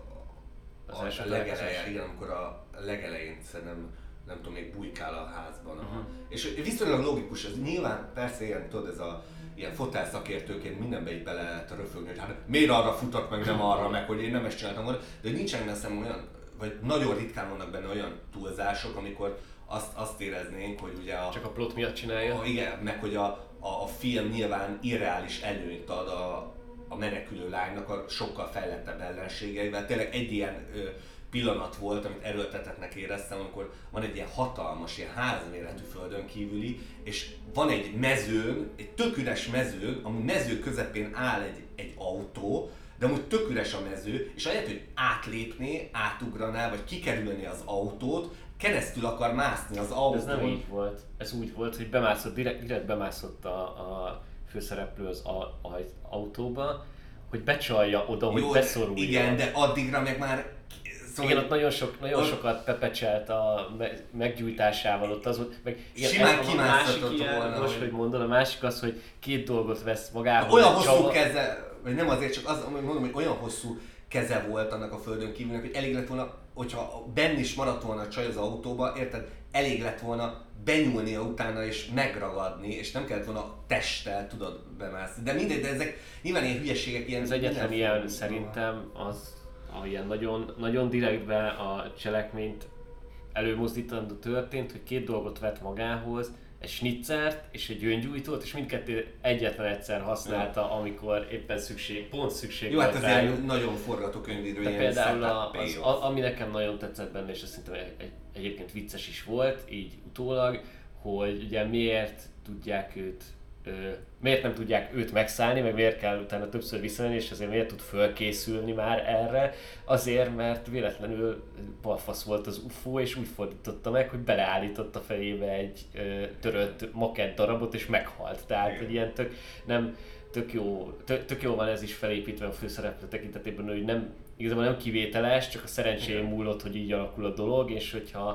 a, a legeleje, igen, amikor a legelején szerintem, nem tudom, még bujkál a házban. Uh-huh. A, és viszonylag logikus, ez nyilván persze ilyen, tudod, ez a ilyen fotel szakértőként mindenbe így bele lehet röfögni, hogy hát miért arra futott, meg nem arra, meg hogy én nem ezt csináltam volna, de nincsen messze olyan, vagy nagyon ritkán vannak benne olyan túlzások, amikor azt, azt éreznénk, hogy ugye a... Csak a plot miatt csinálja. A, igen, meg hogy a, a, a film nyilván irreális előnyt ad a, a menekülő lánynak a sokkal fejlettebb ellenségeivel. Tényleg egy ilyen ö, pillanat volt, amit erőltetetnek éreztem, amikor van egy ilyen hatalmas, ilyen házméretű földön kívüli, és van egy mezőn, egy tök üres mezőn, ami mező közepén áll egy, egy autó, de amúgy tök üres a mező, és ahelyett, hogy átlépné, átugraná, vagy kikerülni az autót, keresztül akar mászni az autón. Ez nem így volt. Ez úgy volt, hogy bemászott, direkt, direkt bemászott a, a főszereplő az a, a, autóba, hogy becsalja oda, hogy jó, beszoruljon. Igen, de addigra meg már... Szóval igen, ott nagyon, sok, nagyon ott... sokat pepecselt a meggyújtásával, ott az volt, meg igen, simán kimászhatott volna. Most, hogy mondod, a másik az, hogy két dolgot vesz magához. Olyan hosszú csava... keze, vagy nem azért, csak az, mondom, hogy olyan hosszú keze volt annak a földön kívülnek, hogy elég lett volna, hogyha benn is maradt volna a csaj az autóba, érted? Elég lett volna benyúlnia utána és megragadni, és nem kellett volna testtel, tudod, bemászni. De mindegy, de ezek nyilván ilyen hülyeségek, ilyen... Az egyetlen ilyen szerintem az, a ilyen nagyon, nagyon direktben a cselekményt előmozdítandó történt, hogy két dolgot vett magához, egy snitzert és egy öngyújtót, és mindkettő egyetlen egyszer használta, amikor éppen szükség, pont szükség jó, volt hát ez rájuk. Nagyon forgatókönyvírő ilyen például a, az, a, ami nekem nagyon tetszett benne, és azt szerintem egy, egy, egyébként vicces is volt, így utólag, hogy ugye miért tudják őt, ö, miért nem tudják őt megszállni, meg miért kell utána többször visszamenni, és azért miért tud fölkészülni már erre, azért, mert véletlenül balfasz volt az ufó, és úgy fordította meg, hogy beleállított a fejébe egy ö, törött makett darabot, és meghalt. Tehát egy ilyen tök, nem, tök, jó, tök, tök jó van ez is felépítve a főszereplő tekintetében, hogy nem, igazából nem kivételes, csak a szerencsén múlott, hogy így alakul a dolog, és hogyha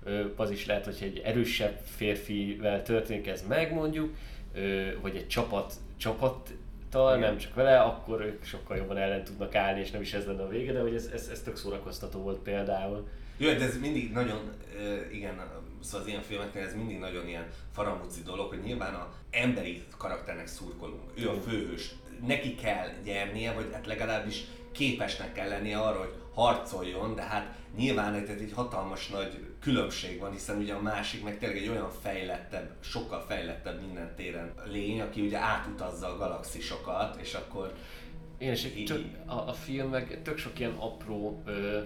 az is lehet, hogy egy erősebb férfivel történik ez meg mondjuk, vagy egy csapat, csapattal, nem csak vele, akkor ők sokkal jobban ellen tudnak állni, és nem is ez lenne a vége, de hogy ez, ez, ez tök szórakoztató volt például. Jó, de ez mindig nagyon, igen, szóval az ilyen filmeknél ez mindig nagyon ilyen faramúci dolog, hogy nyilván az emberi karakternek szurkolunk. Ő a főhős, neki kell nyernie, vagy hát legalábbis képesnek kell lennie arra, hogy harcoljon, de hát nyilván egy, egy hatalmas nagy különbség van, hiszen ugye a másik meg tényleg egy olyan fejlettebb, sokkal fejlettebb minden téren lény, aki ugye átutazza a galaxisokat, és akkor... Én és így... csak a, a film meg tök sok ilyen apró ö,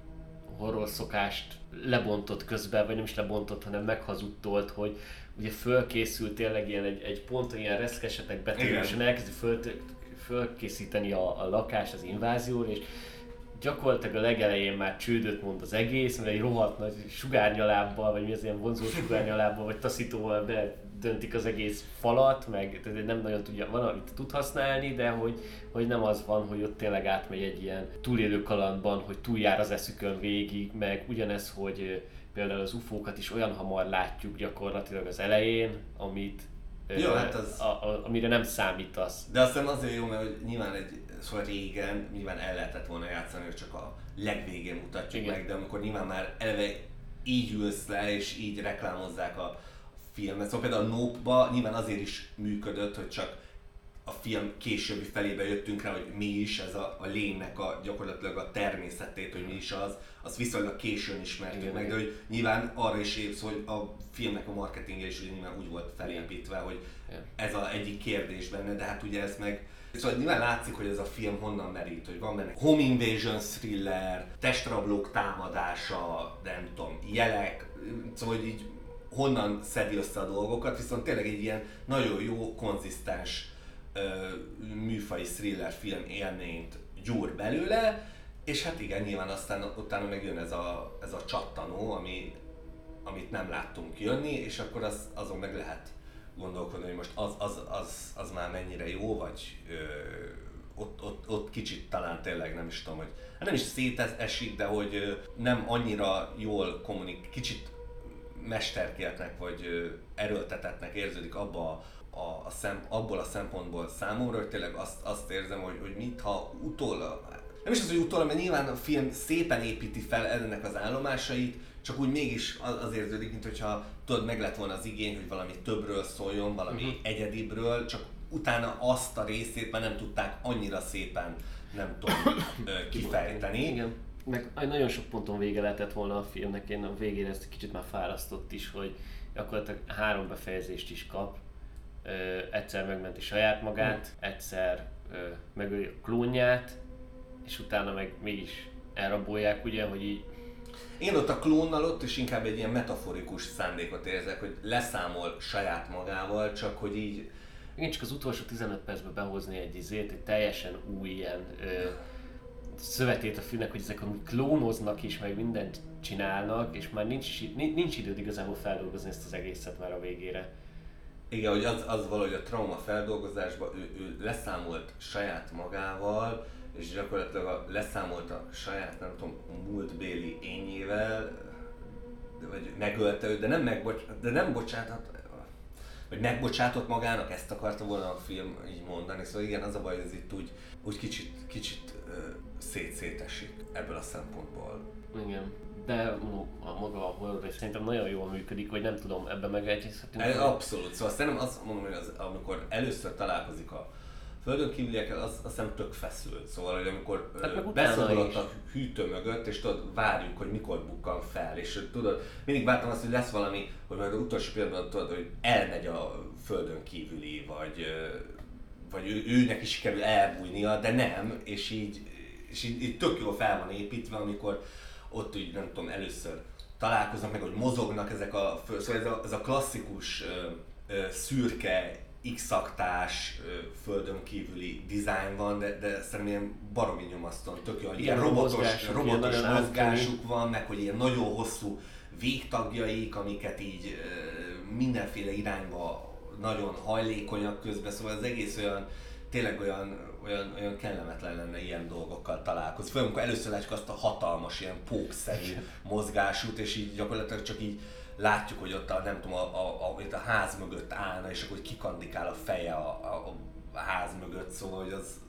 horror szokást lebontott közben, vagy nem is lebontott, hanem meghazudtolt, hogy ugye fölkészült tényleg ilyen egy, egy ponton ilyen reszkesetek betörősen elkezdi föl, fölkészíteni a, a lakást az invázióra, és gyakorlatilag a legelején már csődöt mond az egész, mert egy rohadt nagy sugárnyalábbal, vagy mi az ilyen vonzó sugárnyalábbal, vagy taszítóval bedöntik az egész falat, meg tehát nem nagyon tudja, van, amit tud használni, de hogy, hogy nem az van, hogy ott tényleg átmegy egy ilyen túlélő kalandban, hogy túljár az eszükön végig, meg ugyanez, hogy például az ufókat is olyan hamar látjuk gyakorlatilag az elején, amit jó, hát az... a, a, amire nem számítasz. De azt hiszem azért jó, mert hogy nyilván egy, szóval régen nyilván el lehetett volna játszani, hogy csak a legvégén mutatjuk igen. meg, de amikor nyilván már eleve így ülsz le és így reklámozzák a filmet. Szóval például a Nope-ba nyilván azért is működött, hogy csak a film későbbi felébe jöttünk rá, hogy mi is ez a, a lénynek a, gyakorlatilag a természetét, hogy mi is az, azt viszonylag későn ismertük igen, meg, de hogy nyilván arra is épsz, hogy a filmnek a marketingje is ugye nyilván úgy volt felépítve, hogy ez az egyik kérdés benne, de hát ugye ez meg... Szóval nyilván látszik, hogy ez a film honnan merít, hogy van benne home invasion thriller, testrablók támadása, nem tudom, jelek, szóval hogy így honnan szedi össze a dolgokat, viszont tényleg egy ilyen nagyon jó, konzisztens műfai thriller film élményt gyúr belőle, és hát igen, nyilván aztán utána megjön ez a, ez a csattanó, ami, amit nem láttunk jönni, és akkor az, azon meg lehet gondolkodni, hogy most az, az, az, az már mennyire jó, vagy ö, ott, ott, ott kicsit talán tényleg nem is tudom, hogy hát nem is szétesik, de hogy ö, nem annyira jól kommunik, kicsit mesterkéltnek, vagy ö, erőltetettnek érződik abba a, a szem, abból a szempontból számomra, hogy tényleg azt, azt érzem, hogy, hogy mintha utólag, nem is az, hogy utólag, mert nyilván a film szépen építi fel ennek az állomásait, csak úgy mégis az, az érződik, mintha tudod, meg lett volna az igény, hogy valami többről szóljon, valami uh-huh. egyedibbről, csak utána azt a részét már nem tudták annyira szépen, nem tudom, kifejteni. Igen. Meg nagyon sok ponton vége lehetett volna a filmnek, én a végére ezt kicsit már fárasztott is, hogy gyakorlatilag három befejezést is kap. Ö, egyszer megmenti saját magát, mm. egyszer ö, megöli a klónját, és utána meg mégis elrabolják, ugye, hogy így... Én ott a klónnal ott is inkább egy ilyen metaforikus szándékot érzek, hogy leszámol saját magával, csak hogy így... Igen, csak az utolsó tizenöt percben behozni egy izét, egy teljesen új ilyen ö, szövetét a filmnek, hogy ezek amúgy klónoznak is, meg mindent csinálnak, és már nincs, nincs időd igazából feldolgozni ezt az egészet már a végére. Igen, hogy az, az valahogy a trauma feldolgozásban ő, ő leszámolt saját magával, és gyakorlatilag a, leszámolt a saját, nem tudom, múltbéli énjével, vagy megölte őt, de nem, megbocs, de nem bocsáthat, vagy megbocsátott magának, ezt akarta volna a film így mondani, szóval igen, az a baj, hogy ez itt úgy, úgy kicsit, kicsit uh, szét-szétesik ebből a szempontból. Igen, de a maga a horror rész szerintem nagyon jól működik, hogy nem tudom, ebben megegyezhetünk. Abszolút, szóval szerintem azt mondom, hogy az, amikor először találkozik a földön kívüliekkel, az, az nem tök feszült, szóval hogy amikor beszorulott a hűtő mögött, és tudod, várjuk, hogy mikor bukkan fel, és tudod, mindig vártam azt, hogy lesz valami, hogy majd az utolsó pillanatban tudod, hogy elmegy a földön kívüli, vagy, vagy ő, őnek is sikerül elbújnia, de nem, és így, és így, így tök jól fel van építve, amikor ott úgy, nem tudom, először találkoznak meg, hogy mozognak ezek a föld, szóval ez a, ez a klasszikus ö, ö, szürke, x-aktás, földön kívüli dizájn van, de, de szerintem ilyen baromi nyomasztóan, tök jó, ilyen robotos, mozgásuk, robotos ilyen mozgásuk van, meg hogy ilyen nagyon hosszú végtagjaik, amiket így ö, mindenféle irányba nagyon hajlékonyak közben, szóval az egész olyan tényleg olyan, olyan, olyan kellemetlen lenne ilyen dolgokkal találkozni. Főleg, amikor először látjuk azt a hatalmas, ilyen pókszerű mozgásút, és így gyakorlatilag csak így látjuk, hogy ott a, nem tudom, a, a, a, a ház mögött állna, és akkor kikandikál a feje a, a, a ház mögött, szóval hogy az,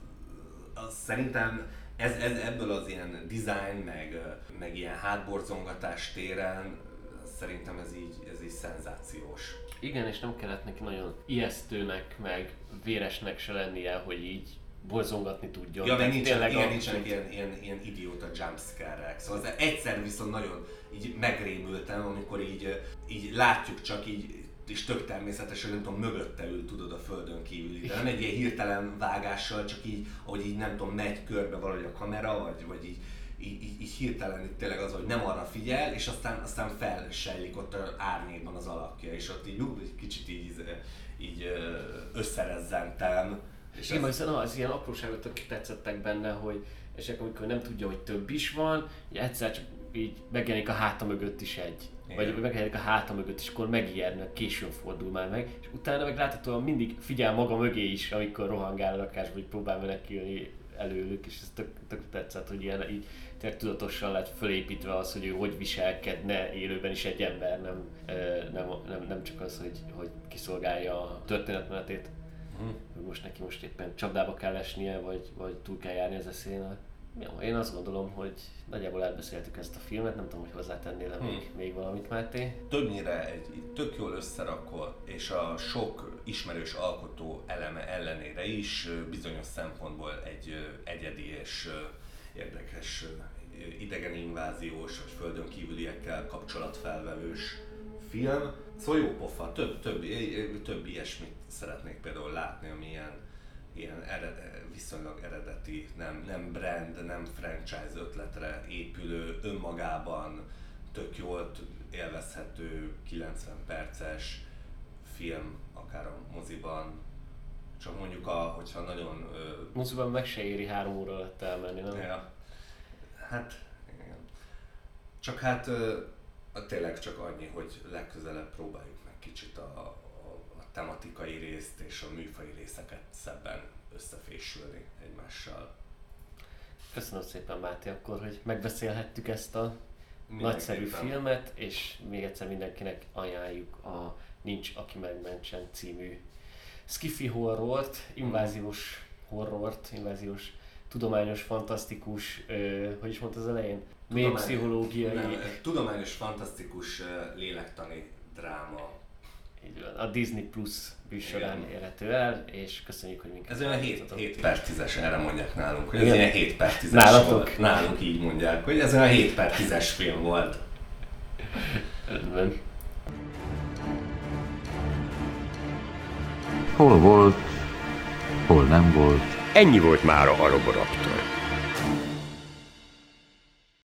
az szerintem ez, ez, ebből az ilyen design, meg, meg ilyen hátborzongatás téren, szerintem ez így, ez így szenzációs. Igen, és nem kellett neki nagyon ijesztőnek, meg véresnek se lennie, hogy így borzongatni tudjon. Ja, meg nincsenek, igen, a... nincsenek ilyen, ilyen, ilyen idióta jumpscare-ek. Szóval az egyszer viszont nagyon így megrémültem, amikor így, így látjuk csak így, és tök természetes, hogy nem tudom, mögötte ül, tudod, a földön kívüli. De nem egy ilyen hirtelen vágással, csak így, ahogy így nem tudom, megy körbe valahogy a kamera, vagy, vagy így, így, így, így hirtelen itt tényleg az, hogy nem arra figyel, és aztán, aztán felsejlik ott árnyékban az alakja, és ott így, ú, egy kicsit így, így összerezzentem. És én az, az ilyen apróságok tök tetszettek benne, hogy és akkor amikor nem tudja, hogy több is van, ugye egyszer csak így megjelenik a háta mögött is egy. Igen. Vagy megjelenik a háta mögött, és akkor megijednek, későn fordul már meg, és utána meg láthatóan mindig figyel maga mögé is, amikor rohangál a lakásba, hogy próbál menekülni előlük, és ez tök, tök tetszett, hogy ilyen így tényleg tudatosan lett fölépítve az, hogy ő hogy viselkedne élőben is egy ember, nem, nem, nem, nem csak az, hogy, hogy kiszolgálja a történetmenetét. Hogy most neki most éppen csapdába kell esnie, vagy, vagy túl kell járni az eszénél. Jó, én azt gondolom, hogy nagyjából elbeszéltük ezt a filmet, nem tudom, hogy hozzátennél hmm. még, még valamit, Máté. Többnyire egy tök jól összerakott, és a sok ismerős alkotó eleme ellenére is bizonyos szempontból egy egyedi és érdekes idegen inváziós, vagy földön kívüliekkel kapcsolatfelvevős film. Szóval jó pofa, több, több, több ilyesmit szeretnék például látni, ami ilyen, ilyen ered, viszonylag eredeti, nem, nem brand, nem franchise ötletre épülő, önmagában tök jól élvezhető kilencven perces film, akár a moziban. Csak mondjuk, a, hogyha nagyon... Moziban meg se éri három óra alatt elmenni, nem? Ja. Hát, igen. Csak hát tényleg csak annyi, hogy legközelebb próbáljuk meg kicsit a, a, a tematikai részt és a műfai részeket szebben összefésülni egymással. Köszönöm szépen, Máté, akkor, hogy megbeszélhettük ezt a nagyszerű filmet, és még egyszer mindenkinek ajánljuk a Nincs, aki megmentsen című skifi horrort, inváziós horrort, inváziós, tudományos, fantasztikus, ö, hogy is mondta az elején? Még pszichológiai... Nem, tudományos, fantasztikus, lélektani dráma. Így van, a Disney Plus műsorán érhető el, és köszönjük, hogy minket ez olyan hét per tízes, erre mondják nálunk, hogy ez igen. Ilyen hét per tízes Nálatok? Volt. Nálunk így mondják, hogy ez olyan hét per tízes film volt. Rendben. Hol volt, hol nem volt. Ennyi volt mára a Roboraptól.